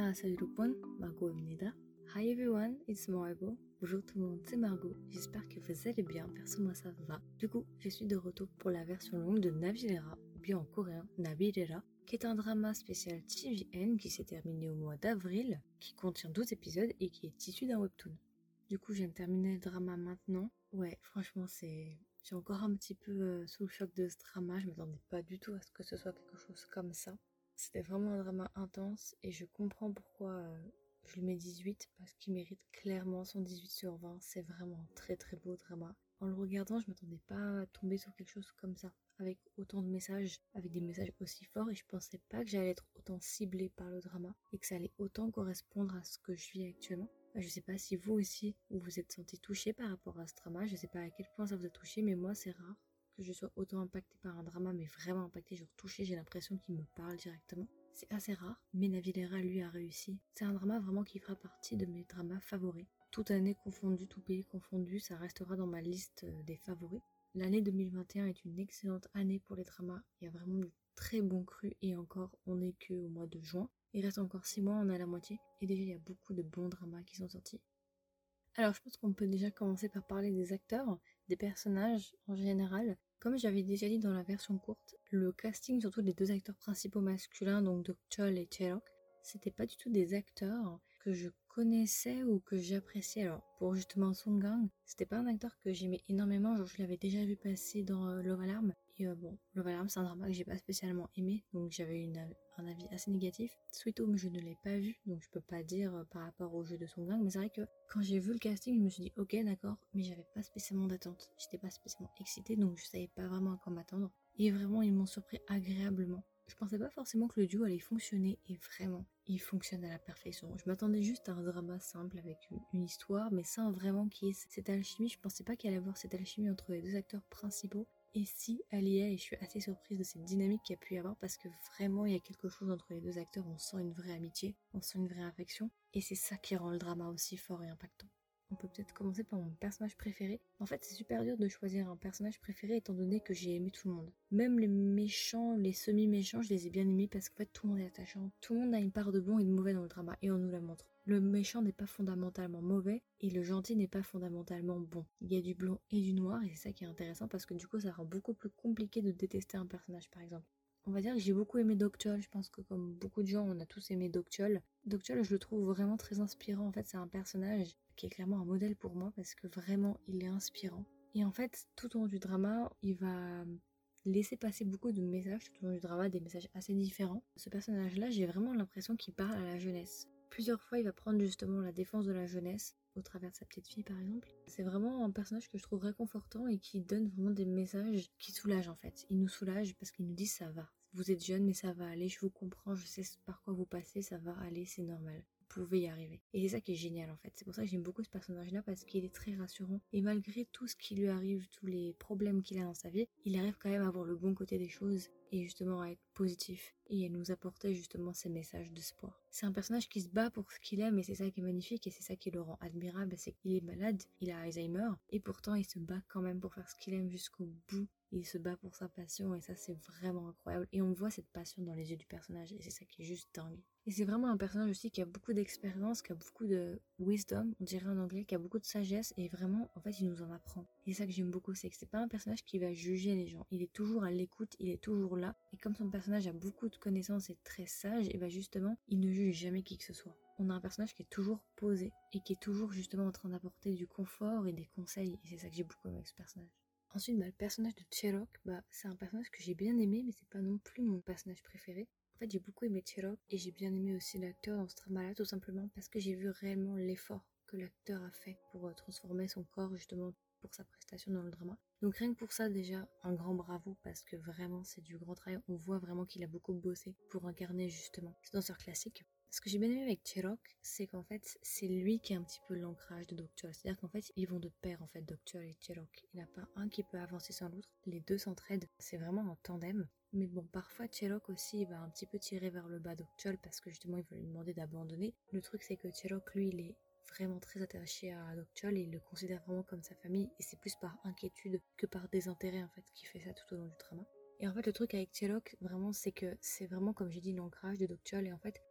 안녕하세요 여러분, Margot입니다. Hi everyone, it's Margot. Bonjour tout le monde, c'est Margot. J'espère que vous allez bien, perso moi ça va. Du coup, je suis de retour pour la version longue de Navilera, ou bien en coréen Navilera, qui est un drama spécial TVN qui s'est terminé au mois d'avril, qui contient 12 épisodes et qui est issu d'un webtoon. Du coup, je viens de terminer le drama maintenant. Ouais, franchement, j'ai encore un petit peu sous le choc de ce drama. Je m'attendais pas du tout à ce que ce soit quelque chose comme ça. C'était vraiment un drama intense et je comprends pourquoi je lui mets 18 parce qu'il mérite clairement son 18/20. C'est vraiment un très très beau drama. En le regardant, je m'attendais pas à tomber sur quelque chose comme ça, avec autant de messages, avec des messages aussi forts, et je pensais pas que j'allais être autant ciblée par le drama et que ça allait autant correspondre à ce que je vis actuellement. Je sais pas si vous aussi vous vous êtes senti touché par rapport à ce drama, je sais pas à quel point ça vous a touché, mais moi c'est rare que je sois autant impactée par un drama, mais vraiment impactée, genre touchée, j'ai l'impression qu'il me parle directement. C'est assez rare, mais Navilera lui a réussi. C'est un drama vraiment qui fera partie de mes dramas favoris. Toute année confondue, tout pays confondu, ça restera dans ma liste des favoris. L'année 2021 est une excellente année pour les dramas, il y a vraiment de très bons crus, et encore, on n'est qu'au mois de juin. Il reste encore 6 mois, on est à la moitié, et déjà il y a beaucoup de bons dramas qui sont sortis. Alors je pense qu'on peut déjà commencer par parler des acteurs, des personnages en général. Comme j'avais déjà dit dans la version courte, le casting, surtout des deux acteurs principaux masculins, donc Dokchol et Cherok, c'était pas du tout des acteurs que je connaissais ou que j'appréciais. Alors pour justement Song Kang, c'était pas un acteur que j'aimais énormément, genre je l'avais déjà vu passer dans Love Alarm. Et bon, Love Alarm c'est un drama que j'ai pas spécialement aimé, donc j'avais un avis assez négatif. Sweet Home je ne l'ai pas vu, donc je peux pas dire par rapport au jeu de Song Kang, mais c'est vrai que quand j'ai vu le casting, je me suis dit ok d'accord, mais j'avais pas spécialement d'attente, j'étais pas spécialement excitée, donc je savais pas vraiment à quoi m'attendre, et vraiment ils m'ont surpris agréablement. Je pensais pas forcément que le duo allait fonctionner, et vraiment, il fonctionne à la perfection. Je m'attendais juste à un drama simple avec une histoire, mais sans vraiment qu'il y ait cette alchimie. Je pensais pas qu'il allait y avoir cette alchimie entre les deux acteurs principaux. Et si elle y est, et je suis assez surprise de cette dynamique qu'il y a pu y avoir, parce que vraiment il y a quelque chose entre les deux acteurs, on sent une vraie amitié, on sent une vraie affection, et c'est ça qui rend le drama aussi fort et impactant. On peut peut-être commencer par mon personnage préféré. En fait, c'est super dur de choisir un personnage préféré étant donné que j'ai aimé tout le monde. Même les méchants, les semi-méchants, je les ai bien aimés parce qu'en fait, tout le monde est attachant. Tout le monde a une part de bon et de mauvais dans le drama et on nous la montre. Le méchant n'est pas fondamentalement mauvais et le gentil n'est pas fondamentalement bon. Il y a du blanc et du noir et c'est ça qui est intéressant parce que du coup, ça rend beaucoup plus compliqué de détester un personnage par exemple. On va dire que j'ai beaucoup aimé Dokchol, je pense que comme beaucoup de gens, on a tous aimé Dokchol. Dokchol, je le trouve vraiment très inspirant, en fait c'est un personnage qui est clairement un modèle pour moi parce que vraiment il est inspirant. Et en fait, tout au long du drama, il va laisser passer beaucoup de messages tout au long du drama, des messages assez différents. Ce personnage-là, j'ai vraiment l'impression qu'il parle à la jeunesse. Plusieurs fois, il va prendre justement la défense de la jeunesse au travers de sa petite fille par exemple. C'est vraiment un personnage que je trouve réconfortant et qui donne vraiment des messages qui soulagent en fait. Il nous soulage parce qu'il nous dit ça va. Vous êtes jeune mais ça va aller, je vous comprends, je sais par quoi vous passez, ça va aller, c'est normal. Vous pouvez y arriver. Et c'est ça qui est génial en fait. C'est pour ça que j'aime beaucoup ce personnage-là parce qu'il est très rassurant. Et malgré tout ce qui lui arrive, tous les problèmes qu'il a dans sa vie, il arrive quand même à voir le bon côté des choses et justement à être positif et à nous apporter justement ces messages d'espoir. C'est un personnage qui se bat pour ce qu'il aime et c'est ça qui est magnifique et c'est ça qui le rend admirable, c'est qu'il est malade, il a Alzheimer et pourtant il se bat quand même pour faire ce qu'il aime jusqu'au bout. Il se bat pour sa passion et ça c'est vraiment incroyable et on voit cette passion dans les yeux du personnage et c'est ça qui est juste dingue. Et c'est vraiment un personnage aussi qui a beaucoup d'expérience, qui a beaucoup de wisdom, on dirait en anglais, qui a beaucoup de sagesse et vraiment, en fait, il nous en apprend. Et c'est ça que j'aime beaucoup, c'est que c'est pas un personnage qui va juger les gens. Il est toujours à l'écoute, il est toujours là. Et comme son personnage a beaucoup de connaissances et est très sage, et justement, il ne juge jamais qui que ce soit. On a un personnage qui est toujours posé et qui est toujours justement en train d'apporter du confort et des conseils. Et c'est ça que j'ai beaucoup aimé avec ce personnage. Ensuite, le personnage de Cherok, c'est un personnage que j'ai bien aimé, mais c'est pas non plus mon personnage préféré. En fait, j'ai beaucoup aimé Cherok et j'ai bien aimé aussi l'acteur dans ce drama-là, tout simplement parce que j'ai vu réellement l'effort que l'acteur a fait pour transformer son corps justement pour sa prestation dans le drama. Donc rien que pour ça déjà, un grand bravo parce que vraiment c'est du grand travail. On voit vraiment qu'il a beaucoup bossé pour incarner justement ce danseur classique. Ce que j'ai bien aimé avec Cherok, c'est qu'en fait, c'est lui qui est un petit peu l'ancrage de Dokchol. C'est-à-dire qu'en fait, ils vont de pair, en fait, Dokchol et Cherok. Il n'y en a pas un qui peut avancer sans l'autre. Les deux s'entraident. C'est vraiment un tandem. Mais bon, parfois, Cherok aussi, il va un petit peu tirer vers le bas Dokchol parce que justement, il va lui demander d'abandonner. Le truc, c'est que Cherok, lui, il est vraiment très attaché à Dokchol et il le considère vraiment comme sa famille. Et c'est plus par inquiétude que par désintérêt, en fait, qu'il fait ça tout au long du drama. Et en fait, le truc avec Cherok, vraiment, c'est que c'est vraiment, comme j'ai dit, l'ancrage de Dokchol. Et en fait,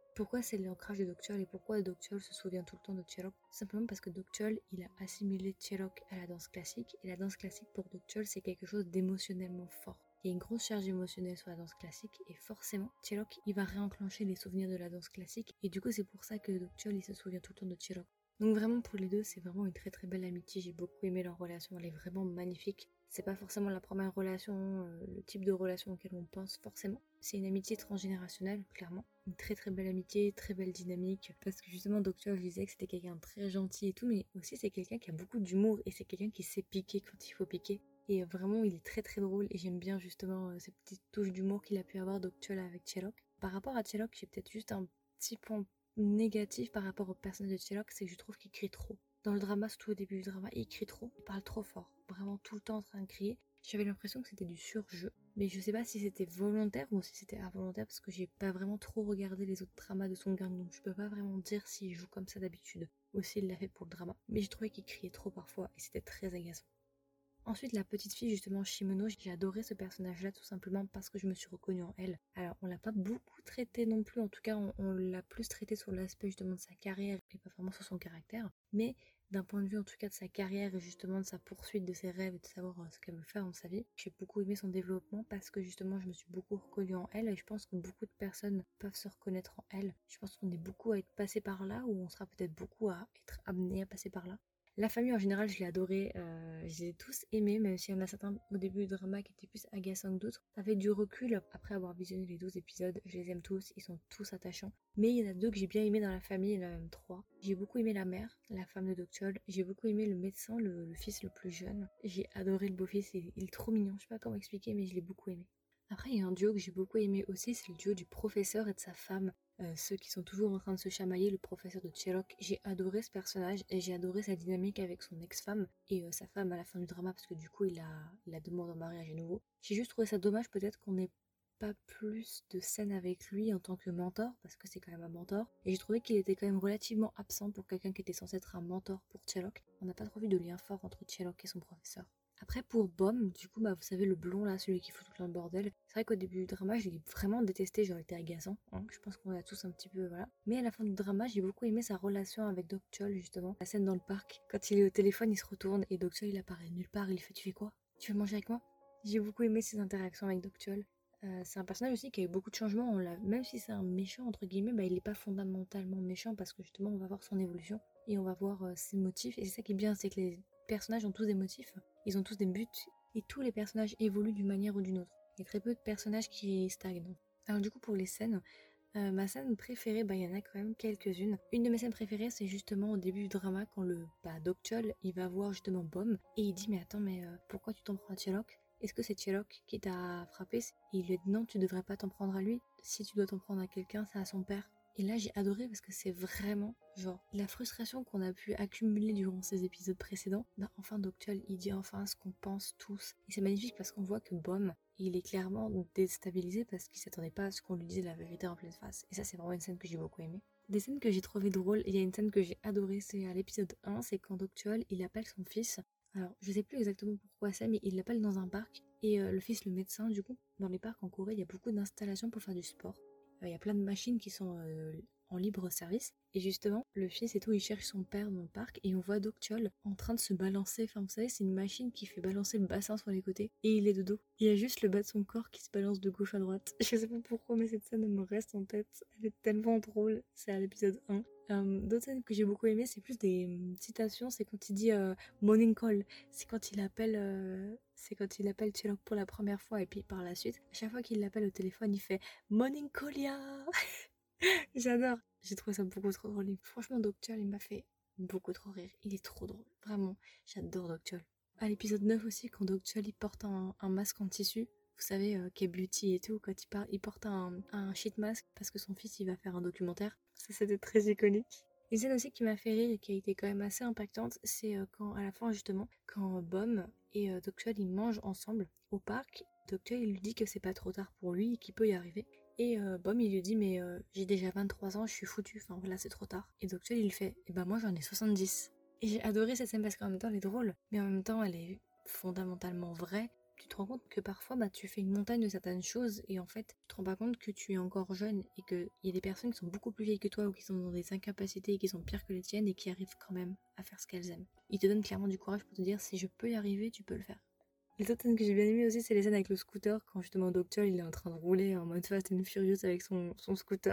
Pourquoi c'est l'ancrage de Dokchul et pourquoi Dokchul se souvient tout le temps de Sherlock? Simplement parce que Dokchul, il a assimilé Sherlock à la danse classique, et la danse classique pour Dokchul, c'est quelque chose d'émotionnellement fort. Il y a une grosse charge émotionnelle sur la danse classique, et forcément, Sherlock, il va réenclencher les souvenirs de la danse classique, et du coup, c'est pour ça que Dokchul, il se souvient tout le temps de Sherlock. Donc vraiment, pour les deux, c'est vraiment une très très belle amitié. J'ai beaucoup aimé leur relation, elle est vraiment magnifique. C'est pas forcément la première relation, le type de relation auquel on pense forcément. C'est une amitié transgénérationnelle, clairement. Une très très belle amitié, très belle dynamique. Parce que justement, Docteur, je disais que c'était quelqu'un de très gentil et tout, mais aussi c'est quelqu'un qui a beaucoup d'humour et c'est quelqu'un qui sait piquer quand il faut piquer. Et vraiment, il est très très drôle et j'aime bien justement ces petites touches d'humour qu'il a pu avoir Docteur avec Sherlock. Par rapport à Sherlock, j'ai peut-être juste un petit point négatif par rapport au personnage de Sherlock, c'est que je trouve qu'il crie trop. Dans le drama, surtout au début du drama, il crie trop, il parle trop fort, vraiment tout le temps en train de crier. J'avais l'impression que c'était du surjeu, mais je sais pas si c'était volontaire ou si c'était involontaire parce que j'ai pas vraiment trop regardé les autres dramas de Song Kang, donc je peux pas vraiment dire s'il joue comme ça d'habitude ou s'il l'a fait pour le drama. Mais j'ai trouvé qu'il criait trop parfois et c'était très agaçant. Ensuite, la petite fille, justement, Shimono, j'ai adoré ce personnage-là tout simplement parce que je me suis reconnue en elle. Alors, on l'a pas beaucoup traité non plus, en tout cas, on l'a plus traité sur l'aspect justement de sa carrière et pas vraiment sur son caractère. Mais d'un point de vue en tout cas de sa carrière et justement de sa poursuite de ses rêves et de savoir ce qu'elle veut faire dans sa vie, j'ai beaucoup aimé son développement parce que justement, je me suis beaucoup reconnue en elle et je pense que beaucoup de personnes peuvent se reconnaître en elle. Je pense qu'on est beaucoup à être passé par là ou on sera peut-être beaucoup à être amené à passer par là. La famille en général, je l'ai adorée, je les ai tous aimés, même s'il y en a certains au début du drama qui étaient plus agaçants que d'autres. Avec du recul, après avoir visionné les 12 épisodes, je les aime tous, ils sont tous attachants. Mais il y en a deux que j'ai bien aimés dans la famille, il y en a même trois. J'ai beaucoup aimé la mère, la femme de Dokchul, j'ai beaucoup aimé le médecin, le fils le plus jeune. J'ai adoré le beau-fils, il est trop mignon, je sais pas comment expliquer, mais je l'ai beaucoup aimé. Après, il y a un duo que j'ai beaucoup aimé aussi, c'est le duo du professeur et de sa femme. Ceux qui sont toujours en train de se chamailler, le professeur de Sherlock. J'ai adoré ce personnage et j'ai adoré sa dynamique avec son ex-femme et sa femme à la fin du drama parce que du coup il a demandé en mariage à nouveau. J'ai juste trouvé ça dommage peut-être qu'on n'ait pas plus de scènes avec lui en tant que mentor parce que c'est quand même un mentor et j'ai trouvé qu'il était quand même relativement absent pour quelqu'un qui était censé être un mentor pour Sherlock. On n'a pas trop vu de lien fort entre Sherlock et son professeur. Après pour Bom, du coup vous savez le blond là, celui qui fout tout plein de bordel, c'est vrai qu'au début du drama je l'ai vraiment détesté, genre été agaçant, hein. Je pense qu'on a tous un petit peu voilà. Mais à la fin du drama j'ai beaucoup aimé sa relation avec Dokchul justement, la scène dans le parc, quand il est au téléphone il se retourne et Dokchul il apparaît nulle part, il fait tu fais quoi? Tu veux manger avec moi? J'ai beaucoup aimé ses interactions avec Dokchul. C'est un personnage aussi qui a eu beaucoup de changements, même si c'est un méchant entre guillemets, il n'est pas fondamentalement méchant parce que justement on va voir son évolution et on va voir ses motifs et c'est ça qui est bien, c'est que les personnages ont tous des motifs, ils ont tous des buts et tous les personnages évoluent d'une manière ou d'une autre. Il y a très peu de personnages qui stagnent. Alors du coup pour les scènes, ma scène préférée, il y en a quand même quelques-unes. Une de mes scènes préférées c'est justement au début du drama quand le Dokchul il va voir justement Bom et il dit mais attends pourquoi tu t'en prends à Sherlock? Est-ce que c'est Sherlock qui t'a frappé? Et il lui dit non, tu devrais pas t'en prendre à lui. Si tu dois t'en prendre à quelqu'un, c'est à son père. Et là, j'ai adoré parce que c'est vraiment, genre, la frustration qu'on a pu accumuler durant ces épisodes précédents. Enfin, Dokchul, il dit enfin ce qu'on pense tous. Et c'est magnifique parce qu'on voit que Bom, il est clairement déstabilisé parce qu'il s'attendait pas à ce qu'on lui dise la vérité en pleine face. Et ça, c'est vraiment une scène que j'ai beaucoup aimée. Des scènes que j'ai trouvé drôles, il y a une scène que j'ai adorée, c'est à l'épisode 1, c'est quand Dokchul, il appelle son fils. Alors, je sais plus exactement pourquoi c'est, mais il l'appelle dans un parc. Et le fils, le médecin, du coup, dans les parcs en Corée, il y a beaucoup d'installations pour faire du sport. Il y a plein de machines qui sont en libre service. Et justement, le fils et tout, il cherche son père dans le parc et on voit Dokchul en train de se balancer. Enfin, vous savez, c'est une machine qui fait balancer le bassin sur les côtés et il est de dos. Il y a juste le bas de son corps qui se balance de gauche à droite. Je sais pas pourquoi, mais cette scène elle me reste en tête. Elle est tellement drôle. C'est à l'épisode 1. D'autres scènes que j'ai beaucoup aimées, c'est plus des citations. C'est quand il dit morning call. C'est quand il appelle Sherlock pour la première fois et puis par la suite, à chaque fois qu'il l'appelle au téléphone, il fait morning call ya. J'adore. J'ai trouvé ça beaucoup trop drôle. Franchement, Dokchul, il m'a fait beaucoup trop rire. Il est trop drôle. Vraiment, j'adore Dokchul. À l'épisode 9 aussi, quand Dokchul il porte un masque en tissu, vous savez, K-Beauty et tout, quand il porte un sheet mask parce que son fils il va faire un documentaire. Ça, c'était très iconique. Une scène aussi qui m'a fait rire et qui a été quand même assez impactante, c'est quand, à la fin justement, quand Bom et Dokchul ils mangent ensemble au parc. Dokchul il lui dit que c'est pas trop tard pour lui et qu'il peut y arriver. Et Bom il lui dit mais j'ai déjà 23 ans, je suis foutu, enfin voilà c'est trop tard. Et Dokchul il fait et moi j'en ai 70. Et j'ai adoré cette scène parce qu'en même temps elle est drôle, mais en même temps elle est fondamentalement vraie. tu te rends compte que parfois tu fais une montagne de certaines choses et en fait tu te rends pas compte que tu es encore jeune et qu'il y a des personnes qui sont beaucoup plus vieilles que toi ou qui sont dans des incapacités et qui sont pires que les tiennes et qui arrivent quand même à faire ce qu'elles aiment. Ils te donnent clairement du courage pour te dire si je peux y arriver, tu peux le faire. Les autres scènes que j'ai bien aimées aussi, c'est les scènes avec le scooter quand justement Doctor il est en train de rouler en mode Fast and Furious avec son scooter.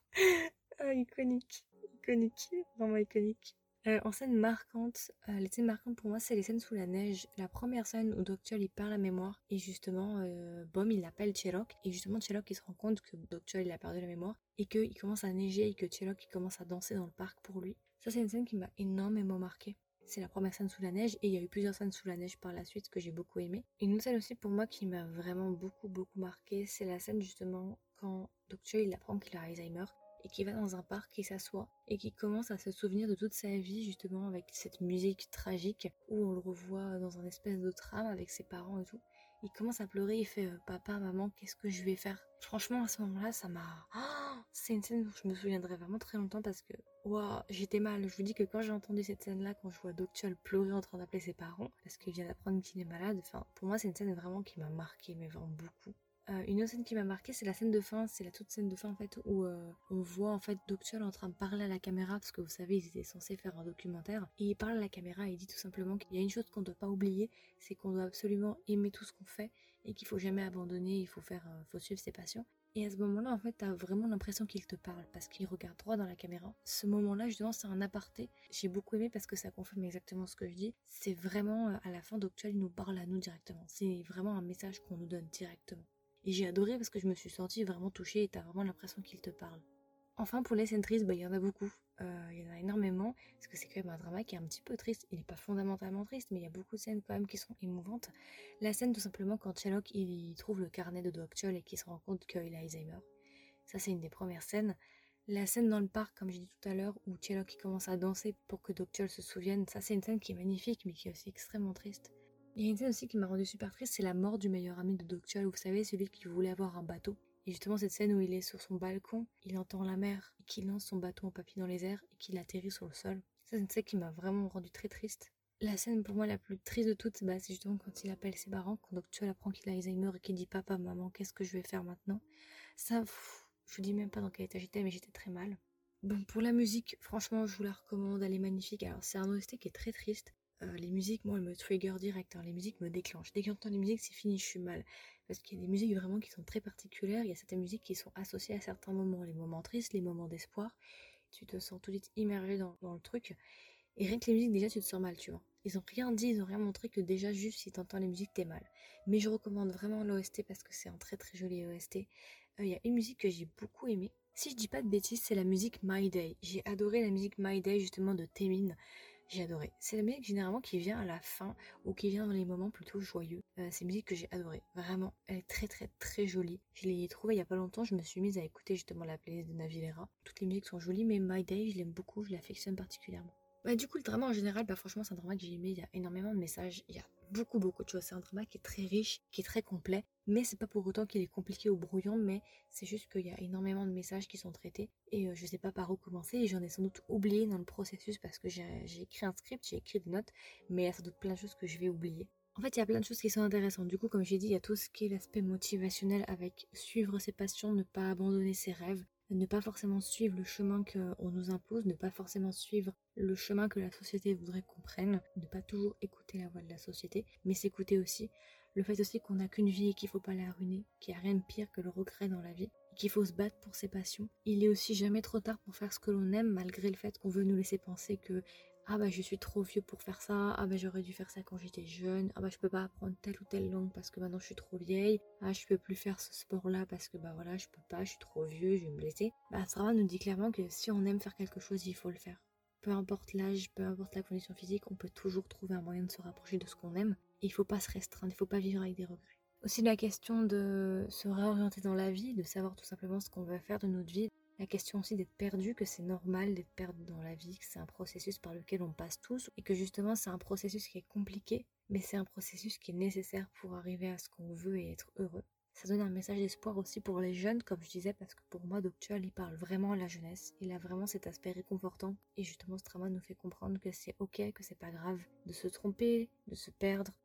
Ah, iconique, vraiment iconique. En scène marquante, les scènes marquantes pour moi, c'est les scènes sous la neige. La première scène où Doctor il perd la mémoire et justement, Bom il appelle Sherlock et justement Sherlock il se rend compte que Doctor il a perdu la mémoire et qu'il commence à neiger et que Sherlock il commence à danser dans le parc pour lui. Ça c'est une scène qui m'a énormément marquée. C'est la première scène sous la neige et il y a eu plusieurs scènes sous la neige par la suite que j'ai beaucoup aimé. Une autre scène aussi pour moi qui m'a vraiment beaucoup marqué, c'est la scène justement quand Doctor il apprend qu'il a Alzheimer et qui va dans un parc, qui s'assoit et qui commence à se souvenir de toute sa vie justement avec cette musique tragique où on le revoit dans un espèce de trame avec ses parents et tout. Il commence à pleurer, il fait papa, maman, qu'est-ce que je vais faire? Franchement à ce moment-là ça m'a... Oh, c'est une scène dont je me souviendrai vraiment très longtemps parce que wow, j'étais mal. Je vous dis que quand j'ai entendu cette scène-là, quand je vois Doctor pleurer en train d'appeler ses parents parce qu'il vient d'apprendre qu'il est malade, enfin pour moi c'est une scène vraiment qui m'a marqué, mais vraiment beaucoup. Une autre scène qui m'a marqué, c'est la scène de fin, c'est la toute scène de fin en fait où on voit en fait Doctor en train de parler à la caméra parce que vous savez ils étaient censés faire un documentaire et il parle à la caméra et il dit tout simplement qu'il y a une chose qu'on ne doit pas oublier, c'est qu'on doit absolument aimer tout ce qu'on fait et qu'il faut jamais abandonner, il faut faut suivre ses passions. Et à ce moment-là, en fait, t'as vraiment l'impression qu'il te parle parce qu'il regarde droit dans la caméra. Ce moment-là, justement, c'est un aparté. J'ai beaucoup aimé parce que ça confirme exactement ce que je dis. C'est vraiment, à la fin, Doctor, il nous parle à nous directement. C'est vraiment un message qu'on nous donne directement. Et j'ai adoré parce que je me suis sentie vraiment touchée et t'as vraiment l'impression qu'il te parle. Enfin, pour les scènes tristes, il y en a beaucoup. Il y en a énormément, parce que c'est quand même un drama qui est un petit peu triste. Il n'est pas fondamentalement triste, mais il y a beaucoup de scènes quand même qui sont émouvantes. La scène tout simplement quand Sherlock il trouve le carnet de Doctor et qu'il se rend compte qu'il a Alzheimer. Ça c'est une des premières scènes. La scène dans le parc, comme j'ai dit tout à l'heure, où Sherlock commence à danser pour que Doctor se souvienne, ça c'est une scène qui est magnifique, mais qui est aussi extrêmement triste. Il y a une scène aussi qui m'a rendue super triste, c'est la mort du meilleur ami de Doctor, vous savez, celui qui voulait avoir un bateau. Et justement, cette scène où il est sur son balcon, il entend la mer, et qu'il lance son bâton en papier dans les airs, et qu'il atterrit sur le sol. Ça, c'est une scène qui m'a vraiment rendue très triste. La scène pour moi la plus triste de toutes, c'est justement quand il appelle ses parents, quand Doctor apprend qu'il a Alzheimer et qu'il dit papa, maman, qu'est-ce que je vais faire maintenant? Ça, je vous dis même pas dans quel état j'étais, mais j'étais très mal. Bon, pour la musique, franchement, je vous la recommande, elle est magnifique. Alors, c'est un OST qui est très triste. Les musiques, moi, elles me trigger direct, hein. Les musiques me déclenchent. Dès que j'entends les musiques, c'est fini, je suis mal. Parce qu'il y a des musiques vraiment qui sont très particulières. Il y a certaines musiques qui sont associées à certains moments. Les moments tristes, les moments d'espoir. Tu te sens tout de suite immergé dans le truc. Et rien que les musiques, déjà, tu te sens mal, tu vois. Ils ont rien dit, ils ont rien montré que déjà, juste si t'entends les musiques, t'es mal. Mais je recommande vraiment l'OST parce que c'est un très très joli OST. Il y a une musique que j'ai beaucoup aimée. Si je dis pas de bêtises, c'est la musique My Day. J'ai adoré la musique My Day justement de Taemin. J'ai adoré. C'est la musique généralement qui vient à la fin ou qui vient dans les moments plutôt joyeux. C'est une musique que j'ai adorée. Vraiment, elle est très très très jolie. Je l'ai trouvée il y a pas longtemps. Je me suis mise à écouter justement la playlist de Navilera. Toutes les musiques sont jolies, mais My Day, je l'aime beaucoup. Je l'affectionne particulièrement. Du coup, le drama en général, franchement, c'est un drama que j'ai aimé. Il y a énormément de messages. Il y a beaucoup de choses. C'est un drama qui est très riche, qui est très complet. Mais c'est pas pour autant qu'il est compliqué ou brouillon. Mais c'est juste qu'il y a énormément de messages qui sont traités. Et je sais pas par où commencer. Et j'en ai sans doute oublié dans le processus parce que j'ai écrit un script, j'ai écrit des notes. Mais il y a sans doute plein de choses que je vais oublier. En fait, il y a plein de choses qui sont intéressantes. Du coup, comme j'ai dit, il y a tout ce qui est l'aspect motivationnel avec suivre ses passions, ne pas abandonner ses rêves, ne pas forcément suivre le chemin qu'on nous impose, ne pas forcément suivre le chemin que la société voudrait qu'on prenne, ne pas toujours écouter la voix de la société, mais s'écouter aussi. Le fait aussi qu'on n'a qu'une vie et qu'il ne faut pas la ruiner, qu'il n'y a rien de pire que le regret dans la vie, et qu'il faut se battre pour ses passions. Il est aussi jamais trop tard pour faire ce que l'on aime, malgré le fait qu'on veut nous laisser penser que je suis trop vieux pour faire ça, j'aurais dû faire ça quand j'étais jeune, je peux pas apprendre telle ou telle langue parce que maintenant je suis trop vieille, je peux plus faire ce sport là parce que je peux pas, je suis trop vieux, je vais me blesser. Sarah nous dit clairement que si on aime faire quelque chose, il faut le faire. Peu importe l'âge, peu importe la condition physique, on peut toujours trouver un moyen de se rapprocher de ce qu'on aime. Et il faut pas se restreindre, il faut pas vivre avec des regrets. Aussi la question de se réorienter dans la vie, de savoir tout simplement ce qu'on veut faire de notre vie. La question aussi d'être perdu, que c'est normal d'être perdu dans la vie, que c'est un processus par lequel on passe tous, et que justement c'est un processus qui est compliqué, mais c'est un processus qui est nécessaire pour arriver à ce qu'on veut et être heureux. Ça donne un message d'espoir aussi pour les jeunes, comme je disais, parce que pour moi, Doctor, il parle vraiment à la jeunesse. Il a vraiment cet aspect réconfortant. Et justement, ce drama nous fait comprendre que c'est ok, que c'est pas grave de se tromper, de se perdre,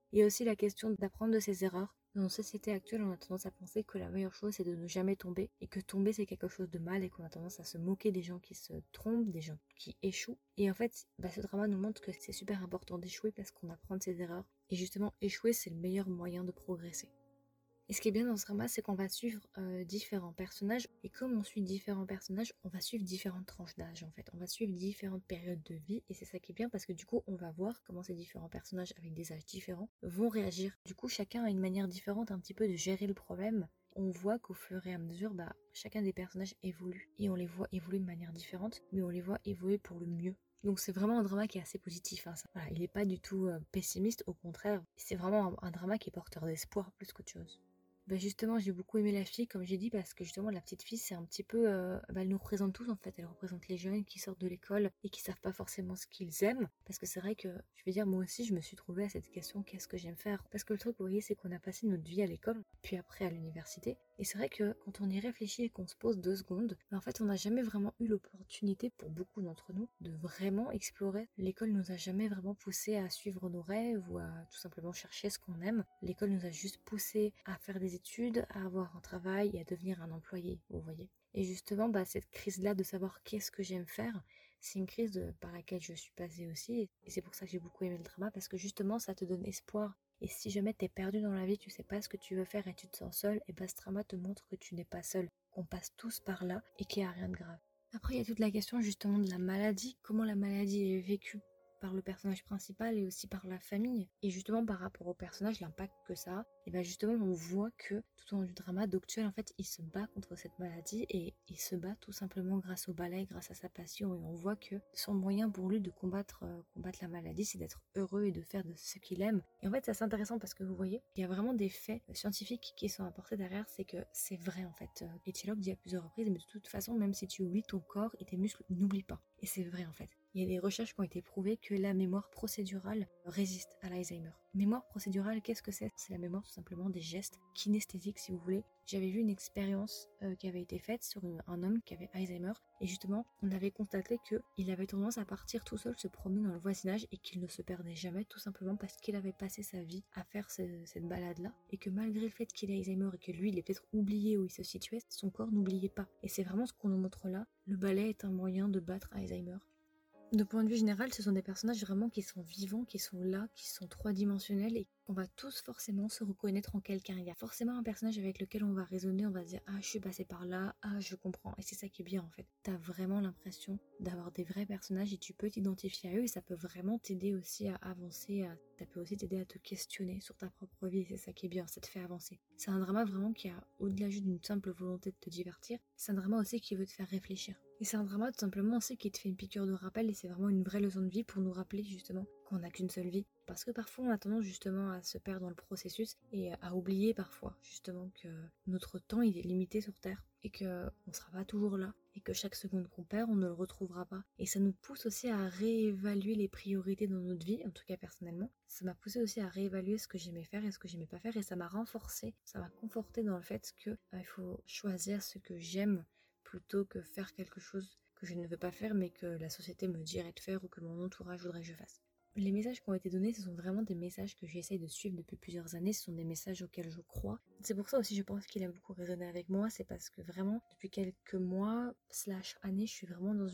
Il y a aussi la question d'apprendre de ses erreurs. Dans notre société actuelle, on a tendance à penser que la meilleure chose c'est de ne jamais tomber et que tomber c'est quelque chose de mal et qu'on a tendance à se moquer des gens qui se trompent, des gens qui échouent. Et en fait, ce drama nous montre que c'est super important d'échouer parce qu'on apprend de ses erreurs. Et justement, échouer c'est le meilleur moyen de progresser. Et ce qui est bien dans ce drama, c'est qu'on va suivre différents personnages. Et comme on suit différents personnages, on va suivre différentes tranches d'âge en fait. On va suivre différentes périodes de vie. Et c'est ça qui est bien parce que du coup, on va voir comment ces différents personnages avec des âges différents vont réagir. Du coup, chacun a une manière différente un petit peu de gérer le problème. On voit qu'au fur et à mesure, chacun des personnages évolue. Et on les voit évoluer de manière différente, mais on les voit évoluer pour le mieux. Donc c'est vraiment un drama qui est assez positif. Hein, ça. Voilà, il n'est pas du tout pessimiste, au contraire. C'est vraiment un drama qui est porteur d'espoir plus qu'autre chose. Justement, j'ai beaucoup aimé la fille, comme j'ai dit, parce que justement, la petite fille, c'est un petit peu... elle nous représente tous, en fait. Elle représente les jeunes qui sortent de l'école et qui savent pas forcément ce qu'ils aiment. Parce que c'est vrai que, je vais dire, moi aussi, je me suis trouvée à cette question, qu'est-ce que j'aime faire? Parce que le truc, vous voyez, c'est qu'on a passé notre vie à l'école, puis après à l'université. Et c'est vrai que quand on y réfléchit et qu'on se pose 2 secondes, en fait, on n'a jamais vraiment eu l'opportunité, pour beaucoup d'entre nous, de vraiment explorer. L'école nous a jamais vraiment poussé à suivre nos rêves ou à tout simplement chercher ce qu'on aime. L'école nous a juste poussé à faire des études, à avoir un travail et à devenir un employé, vous voyez. Et justement, cette crise-là de savoir qu'est-ce que j'aime faire, c'est une crise par laquelle je suis passée aussi. Et c'est pour ça que j'ai beaucoup aimé le drama, parce que justement, ça te donne espoir. Et si jamais t'es perdu dans la vie, tu sais pas ce que tu veux faire et tu te sens seul, et ce drama te montre que tu n'es pas seul, qu'on passe tous par là et qu'il n'y a rien de grave. Après, il y a toute la question justement de la maladie, comment la maladie est vécue par le personnage principal et aussi par la famille. Et justement par rapport au personnage, l'impact que ça a, et justement on voit que tout au long du drama, Doctuel en fait il se bat contre cette maladie et il se bat tout simplement grâce au ballet, grâce à sa passion, et on voit que son moyen pour lui de combattre la maladie, c'est d'être heureux et de faire de ce qu'il aime. Et en fait c'est assez intéressant parce que vous voyez, il y a vraiment des faits scientifiques qui sont apportés derrière, c'est que c'est vrai en fait. Et Sherlock dit à plusieurs reprises, mais de toute façon, même si tu oublies, ton corps et tes muscles n'oublient pas. Et c'est vrai en fait. Il y a des recherches qui ont été prouvées que la mémoire procédurale résiste à l'Alzheimer. Mémoire procédurale, qu'est-ce que c'est? C'est la mémoire tout simplement des gestes kinesthésiques si vous voulez. J'avais vu une expérience qui avait été faite sur un homme qui avait Alzheimer et justement on avait constaté qu'il avait tendance à partir tout seul se promener dans le voisinage et qu'il ne se perdait jamais tout simplement parce qu'il avait passé sa vie à faire cette balade-là et que malgré le fait qu'il ait Alzheimer et que lui il ait peut-être oublié où il se situait, son corps n'oubliait pas. Et c'est vraiment ce qu'on nous montre là. Le ballet est un moyen de battre Alzheimer. De point de vue général, ce sont des personnages vraiment qui sont vivants, qui sont là, qui sont 3-dimensionnels et qu'on va tous forcément se reconnaître en quelqu'un. Il y a forcément un personnage avec lequel on va raisonner, on va se dire « Ah, je suis passé par là, ah, je comprends ». Et c'est ça qui est bien en fait. T'as vraiment l'impression d'avoir des vrais personnages et tu peux t'identifier à eux et ça peut vraiment t'aider aussi à avancer, ça peut aussi t'aider à te questionner sur ta propre vie et c'est ça qui est bien, ça te fait avancer. C'est un drama vraiment qui a, au-delà juste d'une simple volonté de te divertir, c'est un drama aussi qui veut te faire réfléchir. Et c'est un drama tout simplement aussi qui te fait une piqûre de rappel et c'est vraiment une vraie leçon de vie pour nous rappeler justement qu'on n'a qu'une seule vie. Parce que parfois on a tendance justement à se perdre dans le processus et à oublier parfois justement que notre temps il est limité sur Terre et qu'on sera pas toujours là et que chaque seconde qu'on perd on ne le retrouvera pas. Et ça nous pousse aussi à réévaluer les priorités dans notre vie, en tout cas personnellement. Ça m'a poussé aussi à réévaluer ce que j'aimais faire et ce que j'aimais pas faire et ça m'a renforcé, ça m'a conforté dans le fait que il faut choisir ce que j'aime plutôt que faire quelque chose que je ne veux pas faire mais que la société me dirait de faire ou que mon entourage voudrait que je fasse. Les messages qui ont été donnés, ce sont vraiment des messages que j'essaye de suivre depuis plusieurs années, ce sont des messages auxquels je crois. C'est pour ça aussi je pense qu'il a beaucoup résonné avec moi, c'est parce que vraiment, depuis quelques mois, /années, je suis vraiment dans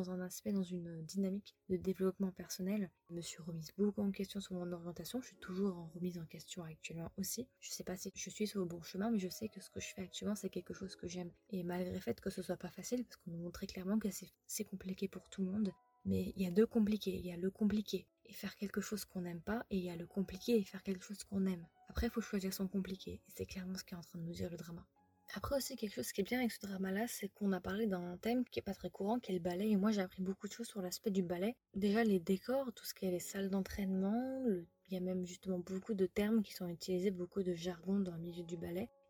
une dynamique de développement personnel. Je me suis remise beaucoup en question sur mon orientation, je suis toujours en remise en question actuellement aussi. Je sais pas si je suis sur le bon chemin, mais je sais que ce que je fais actuellement, c'est quelque chose que j'aime. Et malgré le fait que ce soit pas facile, parce qu'on nous montre très clairement que c'est compliqué pour tout le monde, mais il y a deux compliqués, il y a le compliqué et faire quelque chose qu'on n'aime pas, et il y a le compliqué et faire quelque chose qu'on aime. Après, il faut choisir son compliqué, et c'est clairement ce qu'est en train de nous dire le drama. Après aussi, quelque chose qui est bien avec ce drama-là, c'est qu'on a parlé d'un thème qui est pas très courant, qui est le ballet, et moi j'ai appris beaucoup de choses sur l'aspect du ballet. Déjà les décors, tout ce qui est les salles d'entraînement, il y a même justement beaucoup de termes qui sont utilisés, beaucoup de jargon dans le milieu du ballet.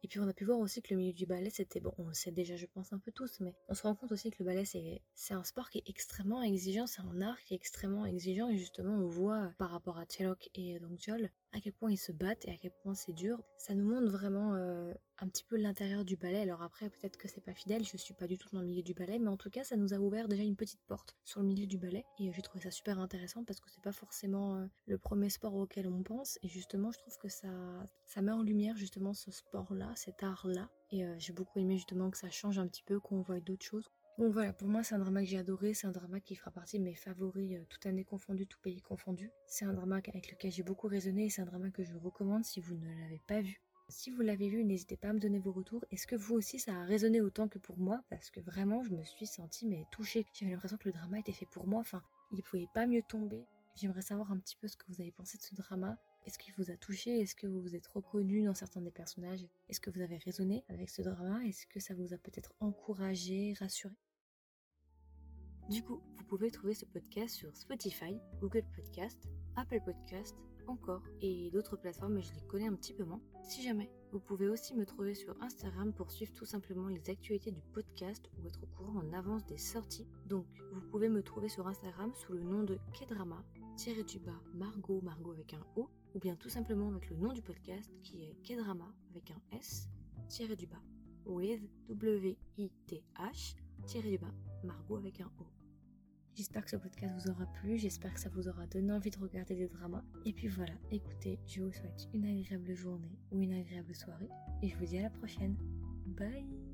Et puis on a pu voir aussi que le milieu du ballet, c'était bon, on le sait déjà je pense un peu tous, mais on se rend compte aussi que le ballet c'est un sport qui est extrêmement exigeant, c'est un art qui est extrêmement exigeant et justement on voit par rapport à Tchelok et Dongcheol à quel point ils se battent et à quel point c'est dur. Ça nous montre vraiment un petit peu l'intérieur du ballet. Alors après peut-être que c'est pas fidèle, je suis pas du tout dans le milieu du ballet, mais en tout cas ça nous a ouvert déjà une petite porte sur le milieu du ballet et j'ai trouvé ça super intéressant parce que c'est pas forcément le premier sport auquel on pense et justement je trouve que ça met en lumière justement ce sport-là, cet art-là et j'ai beaucoup aimé justement que ça change un petit peu, qu'on voit d'autres choses. Bon voilà, pour moi c'est un drama que j'ai adoré, c'est un drama qui fera partie de mes favoris toute année confondue, tout pays confondu. C'est un drama avec lequel j'ai beaucoup raisonné et c'est un drama que je recommande si vous ne l'avez pas vu. Si vous l'avez vu, n'hésitez pas à me donner vos retours. Est-ce que vous aussi ça a résonné autant que pour moi? Parce que vraiment je me suis sentie touchée. J'avais l'impression que le drama était fait pour moi, enfin il ne pouvait pas mieux tomber. J'aimerais savoir un petit peu ce que vous avez pensé de ce drama. Est-ce qu'il vous a touché? Est-ce que vous vous êtes reconnu dans certains des personnages? Est-ce que vous avez raisonné avec ce drama? Est-ce que ça vous a peut-être encouragé, rassuré? Du coup, vous pouvez trouver ce podcast sur Spotify, Google Podcast, Apple Podcast, encore, et d'autres plateformes, mais je les connais un petit peu moins. Si jamais, vous pouvez aussi me trouver sur Instagram pour suivre tout simplement les actualités du podcast ou être au courant en avance des sorties. Donc, vous pouvez me trouver sur Instagram sous le nom de Kedrama, Margot avec un O, ou bien tout simplement avec le nom du podcast qui est Kedrama avec un S, with W-I-T-H, Margot avec un O. J'espère que ce podcast vous aura plu, j'espère que ça vous aura donné envie de regarder des dramas. Et puis voilà, écoutez, je vous souhaite une agréable journée ou une agréable soirée et je vous dis à la prochaine. Bye!